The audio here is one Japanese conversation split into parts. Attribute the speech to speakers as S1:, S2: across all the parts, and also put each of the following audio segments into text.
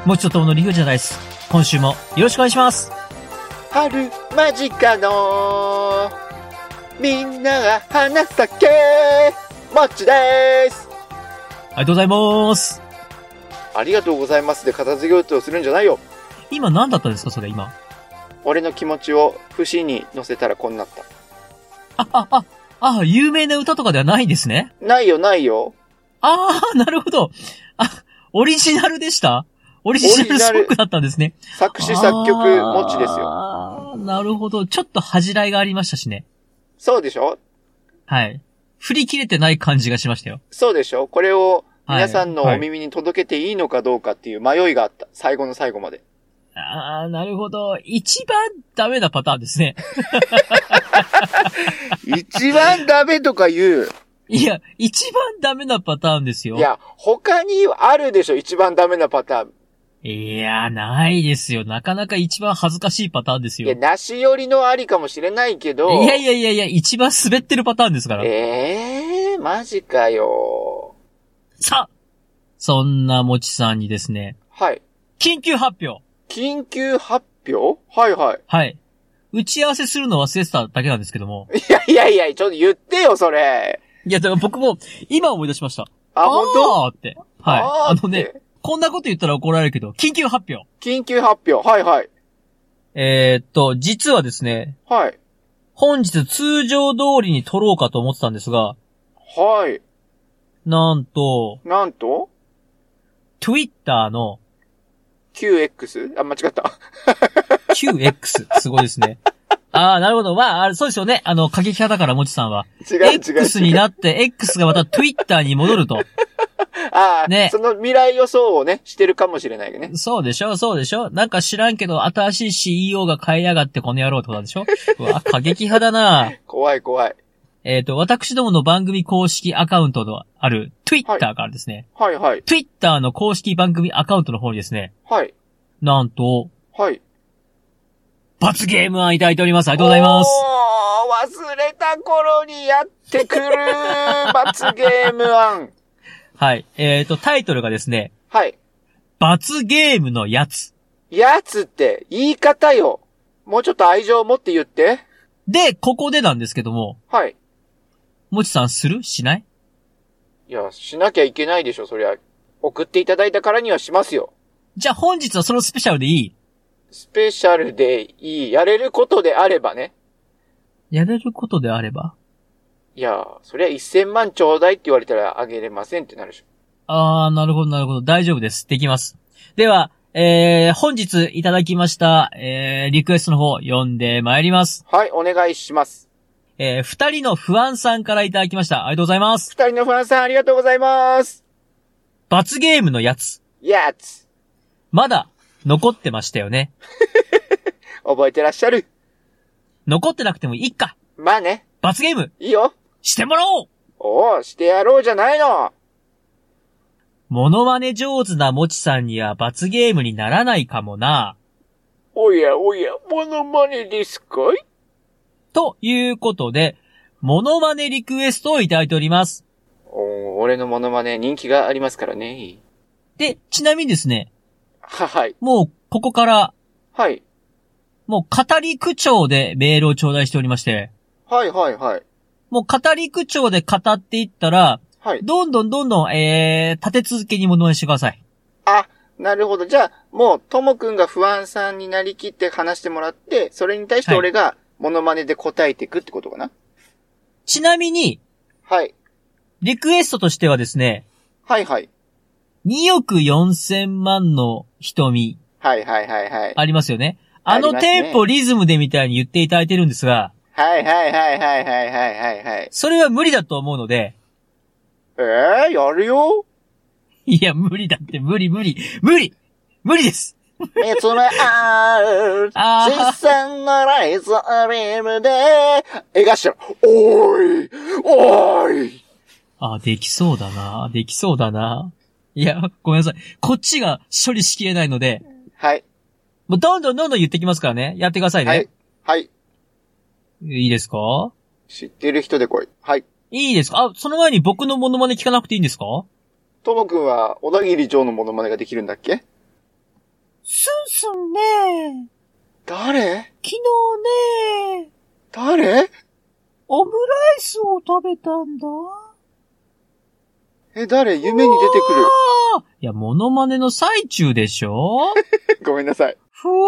S1: もちととものリフじゃないです。今週もよろしくお願いします。
S2: 春間近のみんなが花咲けもちです。
S1: ありがとうございます。
S2: ありがとうございますで片付けようとするんじゃないよ。
S1: 今何だったんですかそれ今。
S2: 俺の気持ちを節に乗せたらこんなった。
S1: 有名な歌とかではないんですね。
S2: ないよないよ。
S1: なるほど。オリジナルでした？オリジナルソングだったんですね。
S2: 作詞作曲もちですよ。
S1: なるほど。ちょっと恥じらいがありましたしね。
S2: そうでしょ？
S1: はい。振り切れてない感じがしましたよ。
S2: そうでしょ？これを皆さんのお耳に届けていいのかどうかっていう迷いがあった。最後の最後まで。
S1: なるほど。一番ダメなパターンですね。
S2: 一番ダメとか言う。
S1: いや、一番ダメなパターンですよ。
S2: いや、他にあるでしょ、一番ダメなパターン。
S1: いや、ないですよ。なかなか一番恥ずかしいパターンですよ。
S2: いや、なし寄りのありかもしれないけど。
S1: いや、一番滑ってるパターンですから。
S2: マジかよ。
S1: さあ、そんなもちさんにですね。
S2: はい。
S1: 緊急発表。
S2: 緊急発表？はいはい。
S1: はい。打ち合わせするの忘れてただけなんですけども。
S2: いや、ちょっと言ってよ、それ。
S1: いや、だから僕も今思い出しました。
S2: 本当？
S1: って。はい。こんなこと言ったら怒られるけど、緊急発表。
S2: 緊急発表。はいはい。
S1: 実はですね。
S2: はい。
S1: 本日通常通りに撮ろうかと思ってたんですが。
S2: はい。
S1: なんと、Twitter の
S2: QX？ 間違った。
S1: QX。すごいですね。なるほど。そうですよね。過激派だから、もちさんは。
S2: 違う。
S1: X になって、X がまた Twitter に戻ると。
S2: ね。その未来予想をね、してるかもしれないけどね。
S1: そうでしょ。なんか知らんけど、新しい CEO が変えやがってこの野郎ってことなんでしょ？うわ、過激派だな。
S2: 怖い。
S1: 私どもの番組公式アカウントのある Twitter からですね。
S2: はい。
S1: Twitter の公式番組アカウントの方にですね。
S2: はい。
S1: なんと。
S2: はい。
S1: 罰ゲーム案いただいております。ありがとうございます。
S2: 忘れた頃にやってくる罰ゲーム案。
S1: はい。タイトルがですね。
S2: はい。
S1: 罰ゲームのやつ。
S2: やつって言い方よ。もうちょっと愛情を持って言って。
S1: で、ここでなんですけども。
S2: はい。
S1: もちさんする？しない？
S2: いや、しなきゃいけないでしょ、そりゃ。送っていただいたからにはしますよ。
S1: じゃあ本日はそのスペシャルでいい？
S2: スペシャルでいい。やれることであればね。
S1: やれることであれば？
S2: いや、そりゃ1000万ちょうだいって言われたらあげれませんってなるでしょ。
S1: なるほど。大丈夫です。できます。では、本日いただきました、リクエストの方読んでまいります。
S2: はい、お願いします。
S1: 二人の不安さんからいただきました。ありがとうございます。
S2: 二人の不安さんありがとうございます。
S1: 罰ゲームのやつ。まだ残ってましたよね。
S2: 覚えてらっしゃる。
S1: 残ってなくてもいいか。
S2: まあね。
S1: 罰ゲーム。
S2: いいよ。
S1: してもらおう。
S2: してやろうじゃないの。
S1: モノマネ上手なもちさんには罰ゲームにならないかもな。
S2: おや、モノマネですかい？
S1: ということで、モノマネリクエストをいただいております。
S2: 俺のモノマネ人気がありますからね。
S1: で、ちなみにですね。
S2: はい。
S1: もう、ここから。
S2: はい。
S1: もう、語り口調でメールを頂戴しておりまして。
S2: はい。
S1: もう、語り口調で語っていったら、
S2: はい。
S1: どんどん、立て続けにモノマネしてください。
S2: なるほど。じゃあ、もう、ともくんが不安さんになりきって話してもらって、それに対して俺が、モノマネで答えていくってことかな？
S1: ちなみに、
S2: はい。
S1: リクエストとしてはですね。
S2: はい。
S1: 2億4000万の瞳。
S2: はい。
S1: ありますよね。テンポ、リズムでみたいに言っていただいてるんですが。
S2: はい。
S1: それは無理だと思うので。
S2: やるよ。
S1: いや、無理だって、無理です。
S2: 見つめ合う視線のライズビームで描しろ。おーい。
S1: できそうだな。いや、ごめんなさい。こっちが処理しきれないので。
S2: はい。
S1: もうどんどん言ってきますからね。やってくださいね。
S2: はい。
S1: いいですか？
S2: 知ってる人で来い。はい。
S1: いいですか？その前に僕のモノマネ聞かなくていいんですか？
S2: ともくんは小田切城のモノマネができるんだっけ？
S1: スンスンね。
S2: 誰？
S1: 昨日ね。
S2: 誰？
S1: オムライスを食べたんだ。
S2: 誰？夢に出てくる。
S1: いや、モノマネの最中でしょ
S2: ごめんなさい。
S1: ふわ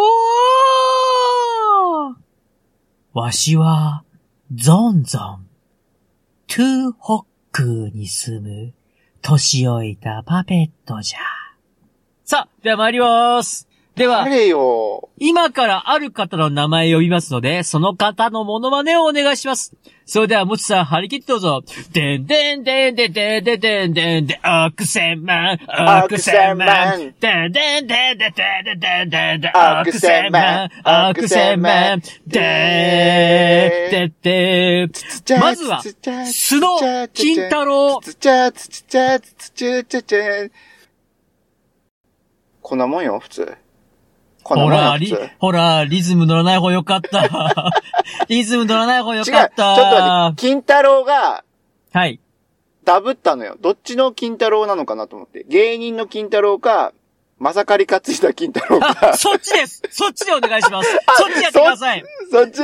S1: ー。わしは、ゾンゾン。トゥーホックに住む、年老いたパペットじゃ。さあ、では参ります。では、
S2: 誰よ。
S1: 今からある方の名前を呼びますので、その方のモノマネをお願いします。それでは、もちさん、張り切ってどうぞ。でんでんでんでんでんでんでんでんでん、アクセンマン、アクセンマン、でんでんでんでんでんでんでんでんでん、アクセンマン、アクセンマン、でーででまずは、須野金太郎。
S2: こんなもんよ、普通。
S1: ほら、リズム乗らない方よかった。リズム乗らない方よかった。
S2: 違う、ちょっと待って、金太郎が、
S1: はい。
S2: ダブったのよ。どっちの金太郎なのかなと思って。芸人の金太郎か、まさかり担いだ金太郎か。
S1: そっちです。そっちでお願いします。そっちやってください。
S2: そっち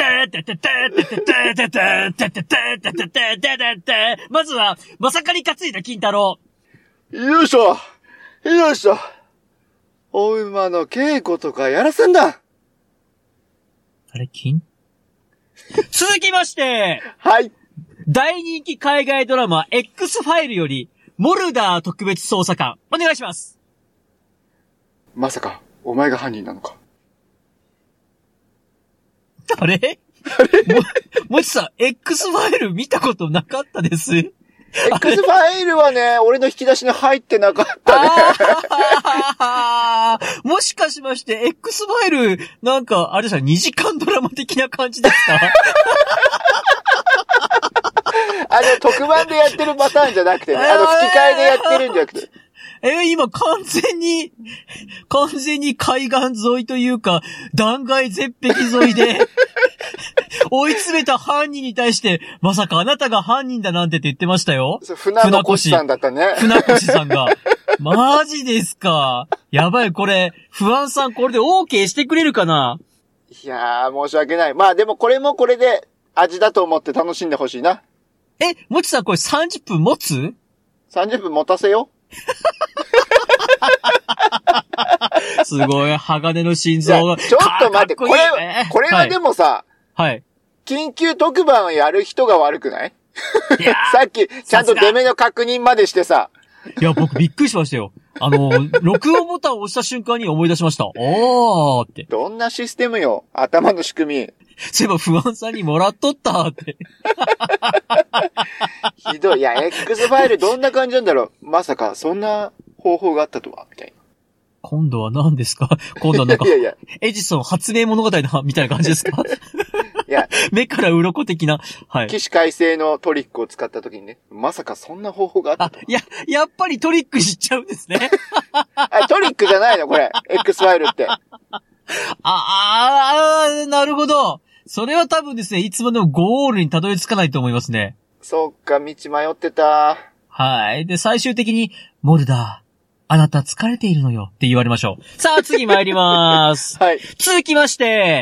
S1: まずは、まさかり担いだ金太郎。
S2: よいしょよいしょお馬の稽古とかやらせんだ。
S1: あれ、続きまして、
S2: はい。
S1: 大人気海外ドラマ X ファイルより、モルダー特別捜査官、お願いします。
S2: まさか、お前が犯人なのか。
S1: あれもちさん、X ファイル見たことなかったです。
S2: X ファイルはね、俺の引き出しに入ってなかったね。
S1: もしかしまして、X ファイル、なんか、あれですか、2時間ドラマ的な感じですか
S2: 特番でやってるパターンじゃなくてね、吹き替えでやってるんじゃなくて。
S1: 今完全に海岸沿いというか、断崖絶壁沿いで、追い詰めた犯人に対して、まさかあなたが犯人だなんてって言ってましたよ。
S2: 船越さんだったね。
S1: 船越さんが。マジですか。やばい、これ、不安さんこれで OK してくれるかな？
S2: いやー、申し訳ない。まあでもこれもこれで味だと思って楽しんでほしいな。
S1: もちさんこれ30分持つ？
S2: 30 分持たせよ。
S1: すごい、鋼の心臓が。
S2: ちょっと待って、これはでもさ、
S1: はい。
S2: 緊急特番をやる人が悪くない？さっき、ちゃんと出目の確認までしてさ。
S1: いや、僕びっくりしましたよ。録音ボタンを押した瞬間に思い出しました。おーって。
S2: どんなシステムよ、頭の仕組み。
S1: そういえば不安さんにもらっとったって。
S2: ひどい。いや、X ファイルどんな感じなんだろう。まさか、そんな方法があったとは、みたいな。
S1: 今度は何ですか？今度はなんか、エジソン発明物語な、みたいな感じですか？いや、目から鱗的な。はい。
S2: 起死回生のトリックを使った時にね、まさかそんな方法があったとは。
S1: やっぱりトリック知っちゃうんですね。
S2: トリックじゃないのこれ。X ファイルって。
S1: なるほど。それは多分ですね、いつまでもゴールにたどり着かないと思いますね。
S2: そっか、道迷ってた。
S1: はい。で、最終的に、モルダー、あなた疲れているのよって言われましょう。さあ、次参ります。
S2: はい。
S1: 続きまして、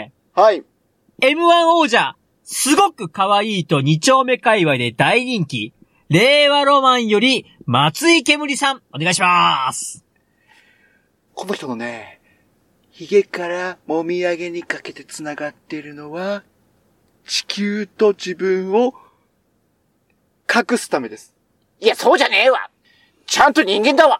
S2: はい。
S1: M1 王者、すごく可愛いと2丁目界隈で大人気、令和ロマンより松井けむりさん、お願いします。
S2: この人のね、髭からもみあげにかけて繋がっているのは、地球と自分を隠すためです。いや、そうじゃねえわ！ちゃんと人間だわ！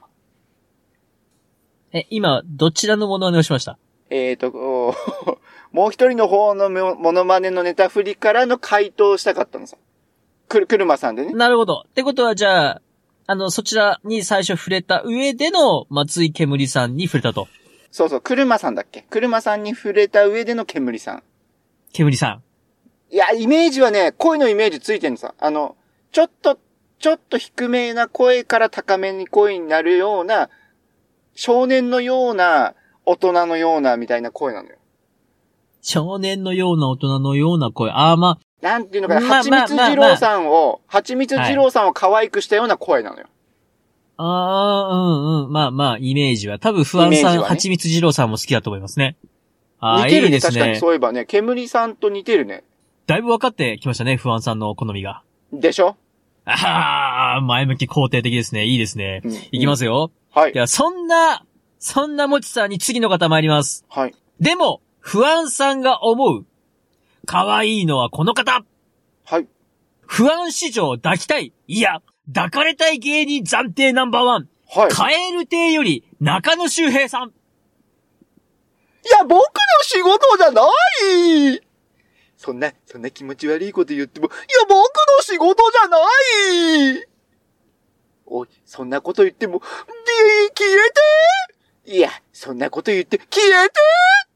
S1: 今、どちらのものまねをしました？
S2: もう一人の方のモノマネのネタ振りからの回答をしたかったのさ。車さんでね。
S1: なるほど。ってことは、じゃあ、そちらに最初触れた上での松井けむりさんに触れたと。
S2: そうそう、車さんだっけ？車さんに触れた上でのけむりさん。
S1: けむりさん。
S2: いや、イメージはね、声のイメージついてるのさ。ちょっと低めな声から高めに声になるような、少年のような、大人のような、みたいな声なのよ。
S1: 少年のような大人のような声。
S2: なんていうのかな、はちみつ二郎さんを可愛くしたような声なのよ。
S1: まあまあ、イメージは。多分、不安さん、
S2: イメージはね
S1: はちみつ二郎さんも好きだと思いますね。
S2: 似てるね、
S1: いいです
S2: 確かに
S1: ね。
S2: そういえばね、煙さんと似てるね。
S1: だいぶ分かってきましたね、不安さんの好みが。
S2: でしょ？
S1: 前向き肯定的ですね。いいですね。
S2: うん
S1: いきますよ。
S2: はい
S1: で。は、そんなもちさんに次の方参ります。
S2: はい。
S1: でも、不安さんが思う、可愛いのはこの方。
S2: はい。
S1: 不安史上抱きたい。いや、抱かれたい芸人暫定ナンバーワン。
S2: はい。
S1: カエル亭より中野周平さん。
S2: いや、僕の仕事じゃないそんな気持ち悪いこと言っても、いや、僕の仕事じゃないおい、そんなこと言っても、消えていや、そんなこと言って、消えて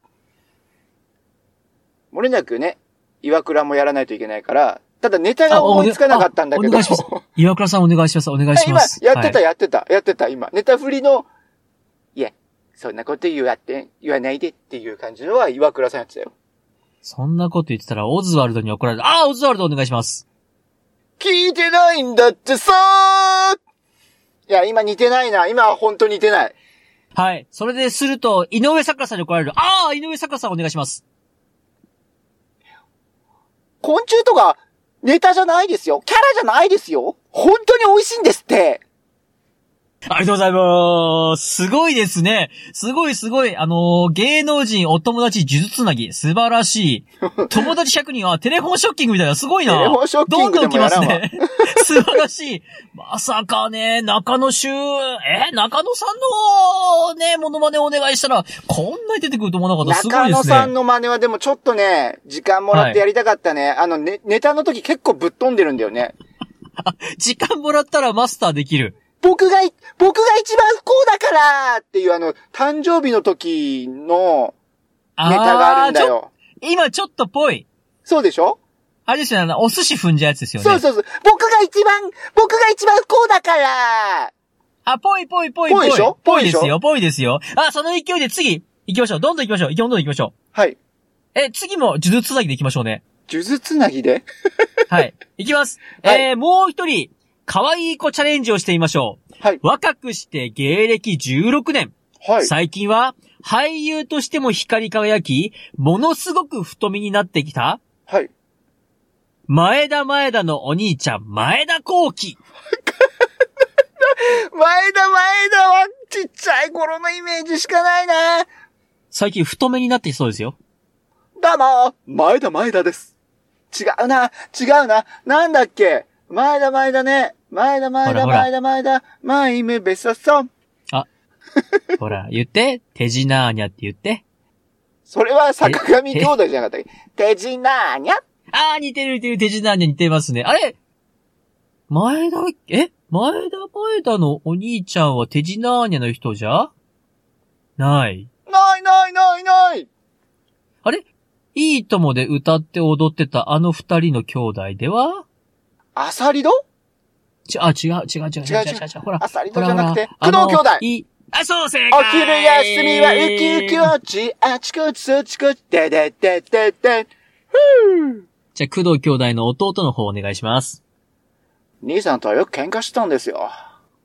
S2: 漏れなくね、岩倉もやらないといけないから、ただネタが思いつかなかったんだけど。
S1: お願いします。岩倉さんお願いします。お願いします。
S2: 今、やってた、
S1: はい、
S2: やってた、今。ネタ振りの、いや、そんなこと言わないでっていう感じのは岩倉さんやってたよ。
S1: そんなこと言ってたら、オズワルドに怒られる。オズワルドお願いします。
S2: 聞いてないんだってさーいや、今似てないな。今は本当に似てない。
S1: はい。それですると、井上咲楽さんに怒られる。井上咲楽さんお願いします。
S2: 昆虫とか、ネタじゃないですよ。キャラじゃないですよ。本当に美味しいんですって。
S1: ありがとうございます。すごいですね。すごい。芸能人お友達呪術つなぎ。素晴らしい。友達100人はテレフォンショッキングみたいな。すごいな。
S2: テレフォンショッキングでもやらんわ。
S1: どんどん来ますね。素晴らしい。まさかね、中野さんのね、モノマネお願いしたら、こんなに出てくると思わなかった。すごいですね。
S2: 中野さんの真似はでもちょっとね、時間もらってやりたかったね。ネタの時結構ぶっ飛んでるんだよね。
S1: 時間もらったらマスターできる。
S2: 僕が一番不幸だからっていう誕生日の時のネタがあるんだよ。
S1: 今ちょっとぽい。
S2: そうでしょ？
S1: あれですよね、お寿司踏んじゃうやつですよね。
S2: そう。僕が一番不幸だから
S1: ぽい。ぽい
S2: でしょ？
S1: ぽいですよ。その勢いで次、行きましょう。どんどん行きましょう。
S2: はい。
S1: 次も呪術つなぎで行きましょうね。
S2: 呪術つなぎで
S1: はい。行きます。
S2: はい、
S1: もう一人、可愛い子チャレンジをしてみましょう。
S2: はい。
S1: 若くして芸歴16年。
S2: はい。
S1: 最近は、俳優としても光り輝き、ものすごく太めになってきた。
S2: はい。
S1: 前田のお兄ちゃん、前田幸喜。
S2: 前田はちっちゃい頃のイメージしかないな。
S1: 最近太めになってきそうですよ。
S2: どうも、前田です。違うな。なんだっけ。前田ね。前田。マイムベサソン。
S1: ほら、言って。手品ーにゃって言って。
S2: それは坂上兄弟じゃなかったっけ。手品ーにゃ。
S1: 似てる。手品ーにゃ似てますね。あれ前田のお兄ちゃんは手品ーにゃの人じゃない。
S2: ない。
S1: あれいいともで歌って踊ってたあの二人の兄弟では
S2: アサリド？
S1: 違う。ほら。
S2: アサリドじゃなくて、
S1: ほら
S2: 工藤兄弟。
S1: そう、正解。
S2: お昼休みはウキウキウォッチ、あちこちそちこち、で。
S1: じゃあ、工藤兄弟の弟の方お願いします。
S2: 兄さんとはよく喧嘩したんですよ。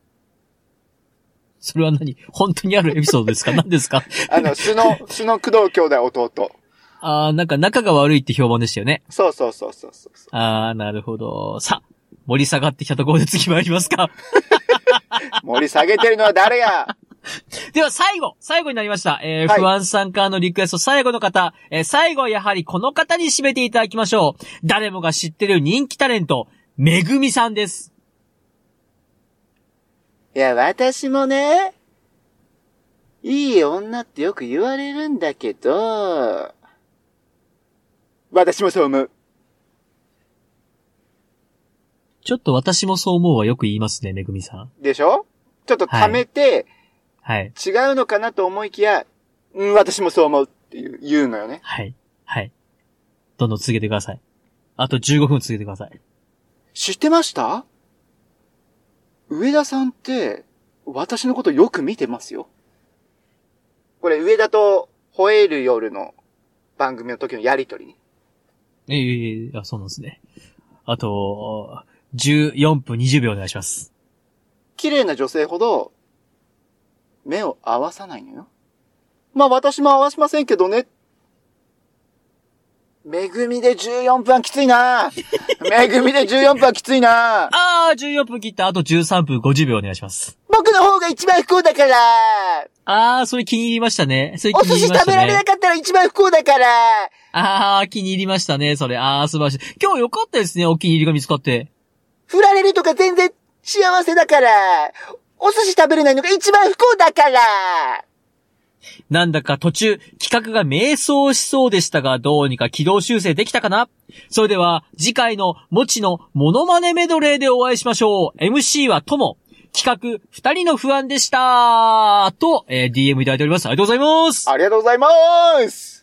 S1: それは本当にあるエピソードですか？何ですか？
S2: 素の工藤兄弟弟。
S1: なんか仲が悪いって評判でしたよね。
S2: そう。
S1: なるほど。さあ、盛り下がってきたところで次参りますか。
S2: 盛り下げてるのは誰や？
S1: では最後になりました。
S2: はい、
S1: 不安さんからのリクエスト最後の方、最後はやはりこの方に締めていただきましょう。誰もが知ってる人気タレント、めぐみさんです。
S2: いや、私もね、いい女ってよく言われるんだけど、私もそう思う。
S1: ちょっと私もそう思うはよく言いますね、めぐみさん。
S2: でしょ？ちょっと溜めて、
S1: はい。
S2: 違うのかなと思いきや、私もそう思うって言うのよね。
S1: はい。どんどん続けてください。あと15分続けてください。
S2: 知ってました？上田さんって、私のことよく見てますよ。これ、上田と吠える夜の番組の時のやりとりね。
S1: そうなんですね。あと、14分20秒お願いします。
S2: 綺麗な女性ほど、目を合わさないのよ。まあ私も合わしませんけどね。めぐみで14分はきついなめぐみで14分はきついな
S1: 14分切ったあと13分50秒お願いします。
S2: 僕の方が一番不幸だから
S1: それ気に入りましたね。それ気
S2: お
S1: に入りましたね。
S2: 寿司食べられなかったら一番不幸だから
S1: 気に入りましたね、それ。素晴らしい。今日良かったですね、お気に入りが見つかって。
S2: 振られるとか全然幸せだからお寿司食べれないのが一番不幸だから
S1: なんだか途中、企画が迷走しそうでしたが、どうにか軌道修正できたかな？それでは、次回のもちのモノマネメドレーでお会いしましょう。MC はとも、企画2人の不安でしたと、DM いただいております。ありがとうございます。
S2: ありがとうございます。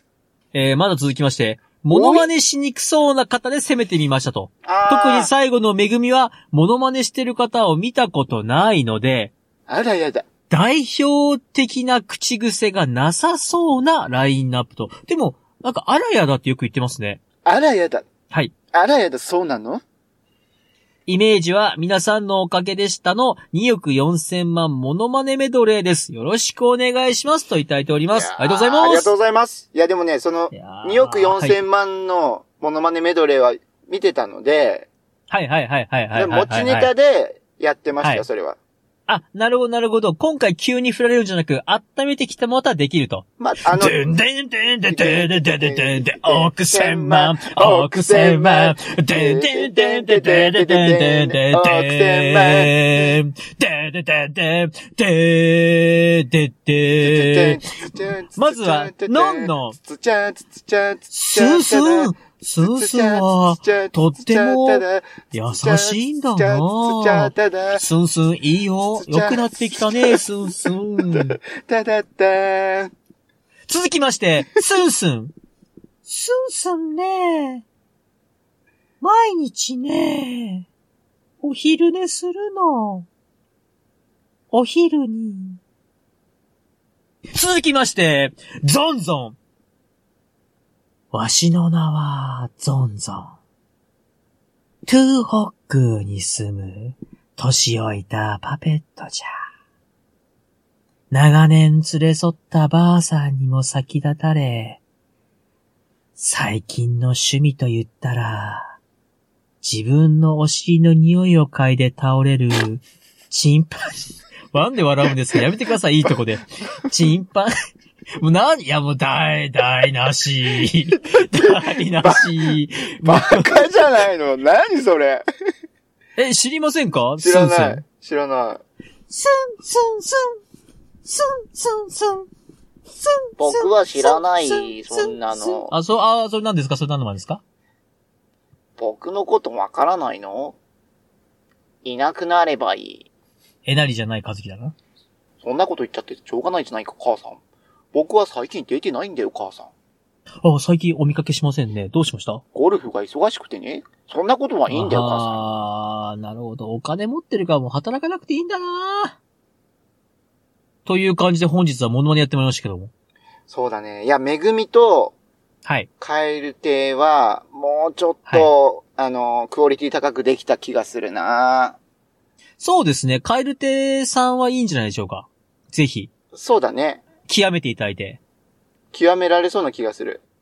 S1: まだ続きまして、モノマネしにくそうな方で攻めてみましたと。特に最後のめぐみは、モノマネしてる方を見たことないので、
S2: あらやだ。
S1: 代表的な口癖がなさそうなラインナップと。でも、なんか、あらやだってよく言ってますね。
S2: あらやだ。
S1: はい。
S2: あらやだ、そうなの？
S1: イメージは皆さんのおかげでしたの2億4000万モノマネメドレーです。よろしくお願いしますといただいております。ありがとうございます。
S2: ありがとうございます。いや、でもね、その、2億4000万のモノマネメドレーは見てたので、
S1: はい。
S2: 持ちネタでやってましたよ、それは。
S1: なるほど、なるほど。今回急に振られるんじゃなく、温めてきたものはできると。
S2: でんでんでんでんでんでんでんでんでん、億千万、億千万、でんでんでんでんでんでんでんでんでん、億千万、でんでんでんでんでんでんでん。
S1: まずは、のんのん。スースンは、とっても、優しいんだな。スンスンいいよ。良くなってきたね、スンスン。続きまして、スンスン。スンスンね。毎日ね、お昼寝するの。お昼に。続きまして、ゾンゾン。わしの名は、ゾンゾン。トゥーホックに住む、年老いたパペットじゃ。長年連れ添ったばあさんにも先立たれ、最近の趣味と言ったら、自分のお尻の匂いを嗅いで倒れる、チンパン、なんで笑うんですか？やめてください、いいとこで。チンパン、もういやもう台なし。台なし。
S2: バカじゃないの？何それ？
S1: 知りませんか？
S2: 知らない。知らない。
S1: スンスンスン。スンスンスン。スン。
S2: 僕は知らない、そんなの。
S1: それ何ですか？それ何の前ですか？
S2: 僕のことわからないの？いなくなればいい。
S1: えなりじゃない和樹だな。
S2: そんなこと言っちゃってしょうがないじゃないか、母さん。僕は最近出てないんだよ、母さん。
S1: 最近お見かけしませんね。どうしました？
S2: ゴルフが忙しくてね。そんなことはいいんだよ、母
S1: さん。なるほど。お金持ってるからもう働かなくていいんだな。という感じで本日はモノマネやってまいりましたけども。
S2: そうだね。いや、めぐみと、
S1: はい。
S2: カエル亭は、もうちょっと、はい、クオリティ高くできた気がするな。
S1: そうですね。カエル亭さんはいいんじゃないでしょうか。ぜひ。
S2: そうだね。
S1: 極めていただいて。
S2: 極められそうな気がする。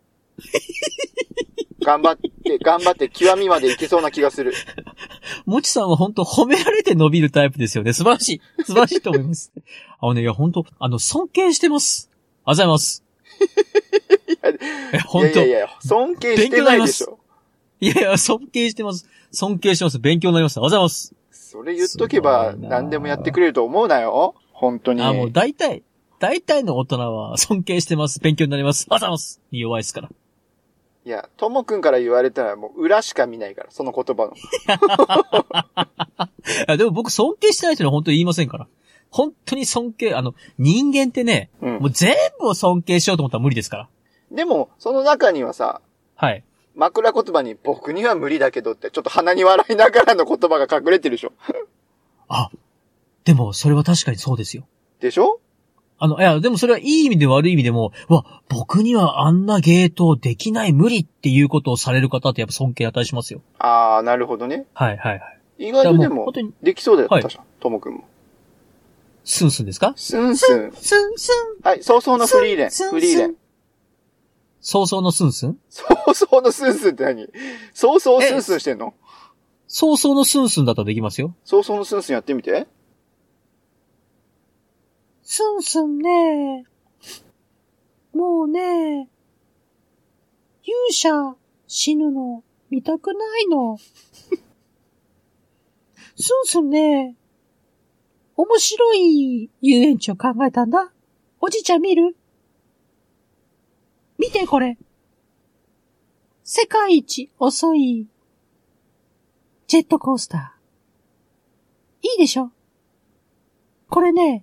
S2: 頑張って極みまでいけそうな気がする。
S1: もちさんは本当褒められて伸びるタイプですよね。素晴らしい。素晴らしいと思います。いや本当尊敬してます。ありがとうございます。本当。
S2: いや、尊敬してないでしょ。
S1: いや、尊敬してます。尊敬してます。勉強になります。ありがとうございます。
S2: それ言っとけば何でもやってくれると思うなよ。本当に。
S1: もう大体の大人は尊敬してます。勉強になります。ありがとうございます。弱いですから。
S2: いや、ともくんから言われたらもう裏しか見ないから、その言葉
S1: の。でも僕尊敬してない人には本当に言いませんから。本当に尊敬、人間ってね、もう全部を尊敬しようと思ったら無理ですから。
S2: でも、その中にはさ、
S1: はい。
S2: 枕言葉に僕には無理だけどってちょっと鼻に笑いながらの言葉が隠れてるでしょ。
S1: でもそれは確かにそうですよ。
S2: でしょ？
S1: いや、でもそれはいい意味でも悪い意味でも、僕にはあんな芸当できない無理っていうことをされる方ってやっぱ尊敬値しますよ。
S2: なるほどね。
S1: はい。
S2: 意外とでも、できそうだったじゃん、ともくんも。
S1: スンスンですか？
S2: スンスン。
S1: スンスン。
S2: はい、早々のフリーレン。フリーレン。
S1: 早々のスンスン？
S2: 早々のスンスンって何？早々スンスンしてんの？
S1: 早々のスンスンだったらできますよ。
S2: 早々のスンスンやってみて。
S1: スンスンね。もうね、勇者死ぬの見たくないの。スンスンね、面白い遊園地を考えたんだ。おじちゃん見る？見てこれ。世界一遅いジェットコースター。いいでしょ？これね、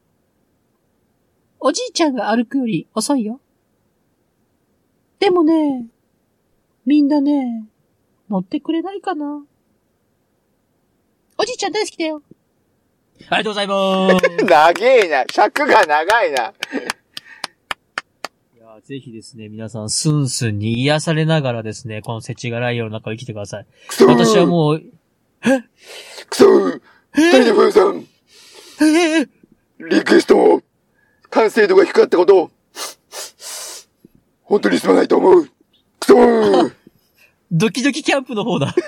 S1: おじいちゃんが歩くより遅いよ。でもね、みんなね、乗ってくれないかな。おじいちゃん大好きだよ。ありがとうございます。
S2: 長えな。尺が長いな。
S1: いやぜひですね、皆さん、スンスンに癒されながらですね、この世知辛い世の中を生きてください。私はもう、
S2: くそー二人でふうさんリクエスト完成度が低かったこと、本当にすまないと思う。くそー
S1: ドキドキキャンプの方だ。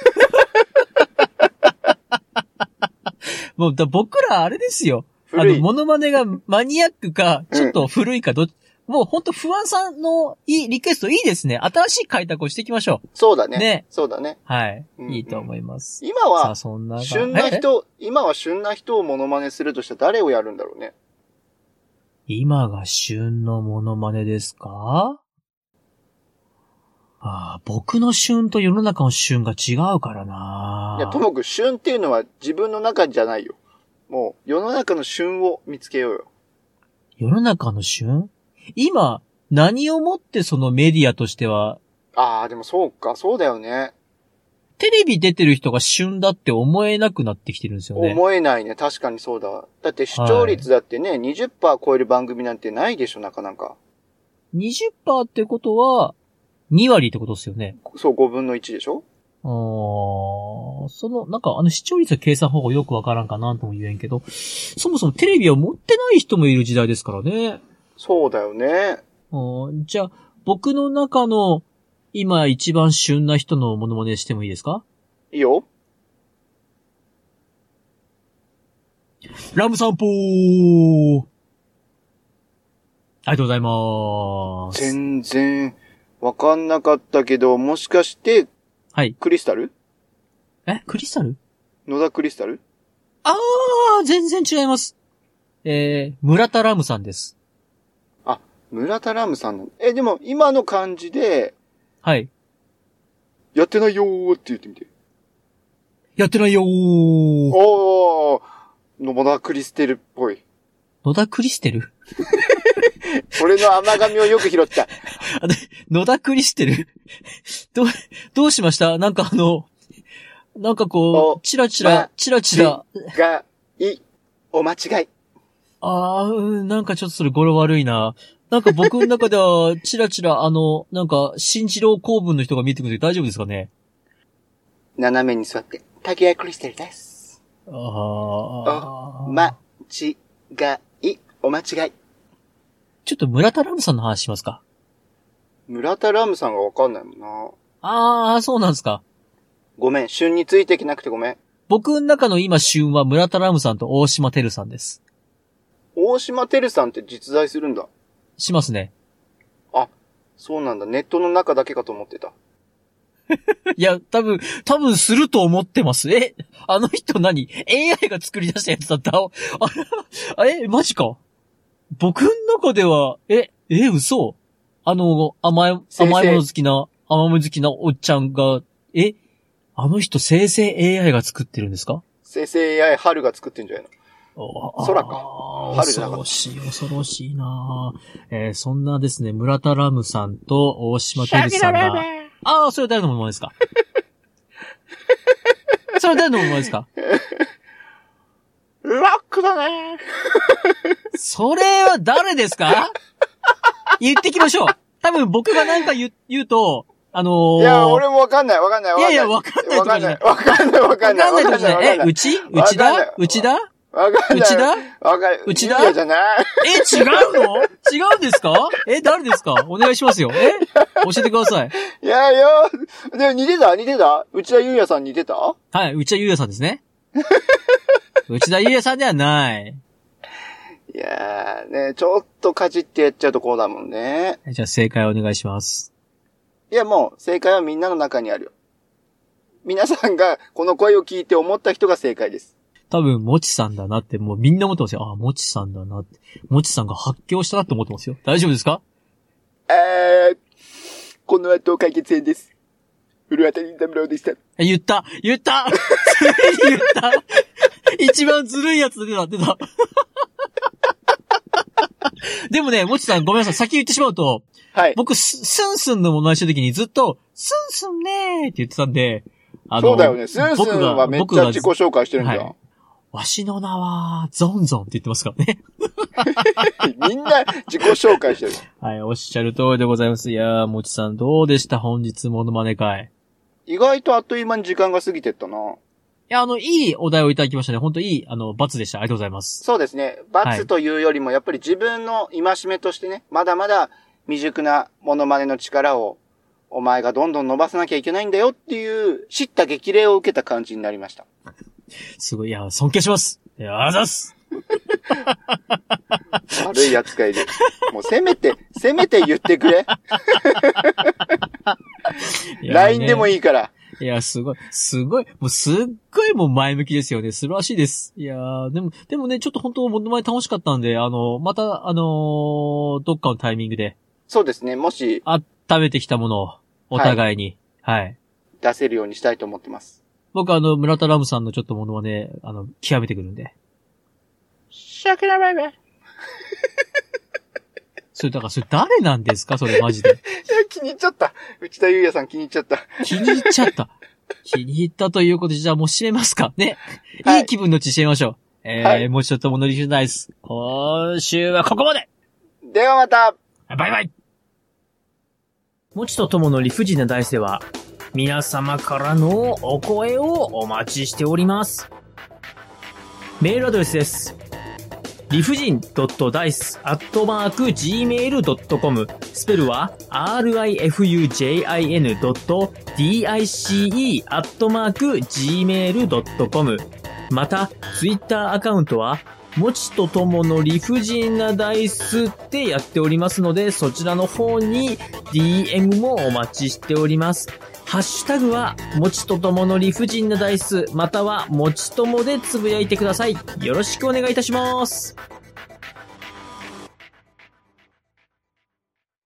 S1: もう僕らあれですよ。モノマネがマニアックか、ちょっと古いかもうほんと不安さんのリクエストいいですね。新しい開拓をしていきましょう。
S2: そうだね。
S1: ね。
S2: そうだね。
S1: はい。
S2: うんうん、
S1: いいと思います。
S2: 今は、今は旬な人をモノマネするとしたら誰をやるんだろうね。
S1: 今が旬のモノマネですか？僕の旬と世の中の旬が違うからな。
S2: いや、ともかく旬っていうのは自分の中じゃないよ。もう、世の中の旬を見つけようよ。
S1: 世の中の旬？今、何をもってそのメディアとしては。
S2: でもそうか、そうだよね。
S1: テレビ出てる人が旬だって思えなくなってきてるんですよね。
S2: 思えないね。確かにそうだ。だって視聴率だってね、はい、20% 超える番組なんてないでしょ、なかなか。
S1: 20% ってことは、2割ってことですよね。
S2: そう、5分の1でしょ？
S1: 視聴率の計算方法よくわからんかなとも言えんけど、そもそもテレビを持ってない人もいる時代ですからね。
S2: そうだよね。
S1: じゃあ、僕の中の今一番旬な人のモノマネしてもいいですか？
S2: いいよ。
S1: ラム散歩ー。ありがとうございます。
S2: 全然わかんなかったけど、もしかして、
S1: はい。
S2: クリスタル？
S1: クリスタル？
S2: 野田クリスタル？
S1: 全然違います。村田ラムさんです。
S2: 村田ラムさんなんだ。でも、今の感じで、
S1: はい。
S2: やってないよーって言ってみて。
S1: やってないよー。
S2: 野田クリステルっぽい。
S1: 野田クリステル？
S2: 俺の甘噛みをよく拾った。
S1: 野田クリステル？どうしました？なんかチラチラ。
S2: お間違い。
S1: なんかちょっとそれ語呂悪いな。なんか僕の中では、チラチラ、新次郎公文の人が見えてくるんで大丈夫ですかね？
S2: 斜めに座って、竹谷クリステルです。お間違い。
S1: ちょっと村田ラムさんの話しますか？
S2: 村田ラムさんがわかんないもんな。
S1: そうなんですか。
S2: ごめん、旬についてきなくてごめん。
S1: 僕の中の今旬は村田ラムさんと大島てるさんです。
S2: 大島てるさんって実在するんだ。
S1: しますね。
S2: そうなんだ。ネットの中だけかと思ってた。
S1: いや、多分すると思ってます。あの人何？ AI が作り出したやつだった？マジか。僕の中では、嘘？甘いもの好きなおっちゃんが、あの人生成 AI が作ってるんですか？
S2: 生成 AI 春が作ってんじゃないの？空か。春じゃなかった。
S1: 恐ろしいなぁ。そんなですね、村田ラムさんと大島てるさんが。それは誰のものですか？それは誰のものですか？
S2: ラックだね
S1: それは誰ですか？言ってきましょう。多分僕がなんか言うと、い
S2: や、俺もわかんない。
S1: いや、わかんないとかじゃない。
S2: わかんない。
S1: 内田
S2: わかんない。
S1: 内田
S2: わかる。
S1: 内田
S2: ゆうやじゃない。
S1: 違うの？違うんですか？誰ですか？お願いしますよ。教えてください。
S2: いや、でも似てた内田ゆうやさん似てた？
S1: はい、内田優也さんですね。内田優也さんではない。
S2: いやー、ね、ちょっとかじってやっちゃうとこうだもんね。
S1: じゃあ正解お願いします。
S2: いや、もう、正解はみんなの中にあるよ。皆さんがこの声を聞いて思った人が正解です。
S1: 多分、もちさんだなって、もうみんな思ってますよ。あ、もちさんだなって。もちさんが発狂したなって思ってますよ。大丈夫ですか？
S2: この後解決編です。古畑任三郎でした。
S1: 言った言った一番ずるいやつ出た。でもね、もちさんごめんなさい。先言ってしまうと、
S2: はい。
S1: 僕、スンスンのものまねした時にずっと、スンスンねーって言ってたんで、
S2: そうだよね。スンスンはめっちゃ自己紹介してるんだよ。はい、
S1: わしの名は、ゾンゾンって言ってますからね。
S2: みんな自己紹介してる。
S1: はい、おっしゃる通りでございます。いやー、もちさんどうでした本日モノマネ会。
S2: 意外とあっという間に時間が過ぎてったな。
S1: いや、いいお題をいただきましたね。本当いい、罰でした。ありがとうございます。
S2: そうですね。罰というよりも、やっぱり自分の戒めとしてね、まだまだ未熟なモノマネの力を、お前がどんどん伸ばさなきゃいけないんだよっていう、知った激励を受けた感じになりました。
S1: すごい、いや、尊敬します。いや、あざっす。
S2: 悪い扱いで。もうせめて言ってくれ。LINE でもいいから。
S1: いや、すごい、もうすっごいもう前向きですよね。素晴らしいです。いやー、でもね、ちょっと本当、モノマネ楽しかったんで、また、どっかのタイミングで。
S2: そうですね、もし。
S1: 温めてきたものを、お互いに、はい。
S2: 出せるようにしたいと思ってます。
S1: 僕村田ラムさんのちょっとモノマネ、極めてくるんで。
S2: シャキラバイバイ。
S1: それ誰なんですかそれマジで。いや、
S2: 気に入っちゃった。内田裕也さん気に入っちゃった。
S1: 気に入っちゃった。気に入ったということで、じゃあもう締めますかね。はい、いい気分のうち締めましょう。はい、もうちょっとモノリフューダイス。今週はここまで。
S2: ではまた。
S1: バイバイ。もちとともの理不尽なダイスでは、皆様からのお声をお待ちしております。メールアドレスです。理不尽.dice@gmail.com スペルは rifujin.dice@gmail.com また、ツイッターアカウントは、もちとともの理不尽なダイスってやっておりますので、そちらの方に DM もお待ちしております。ハッシュタグは、もちとともの理不尽なダイス、または、もちともでつぶやいてください。よろしくお願いいたします。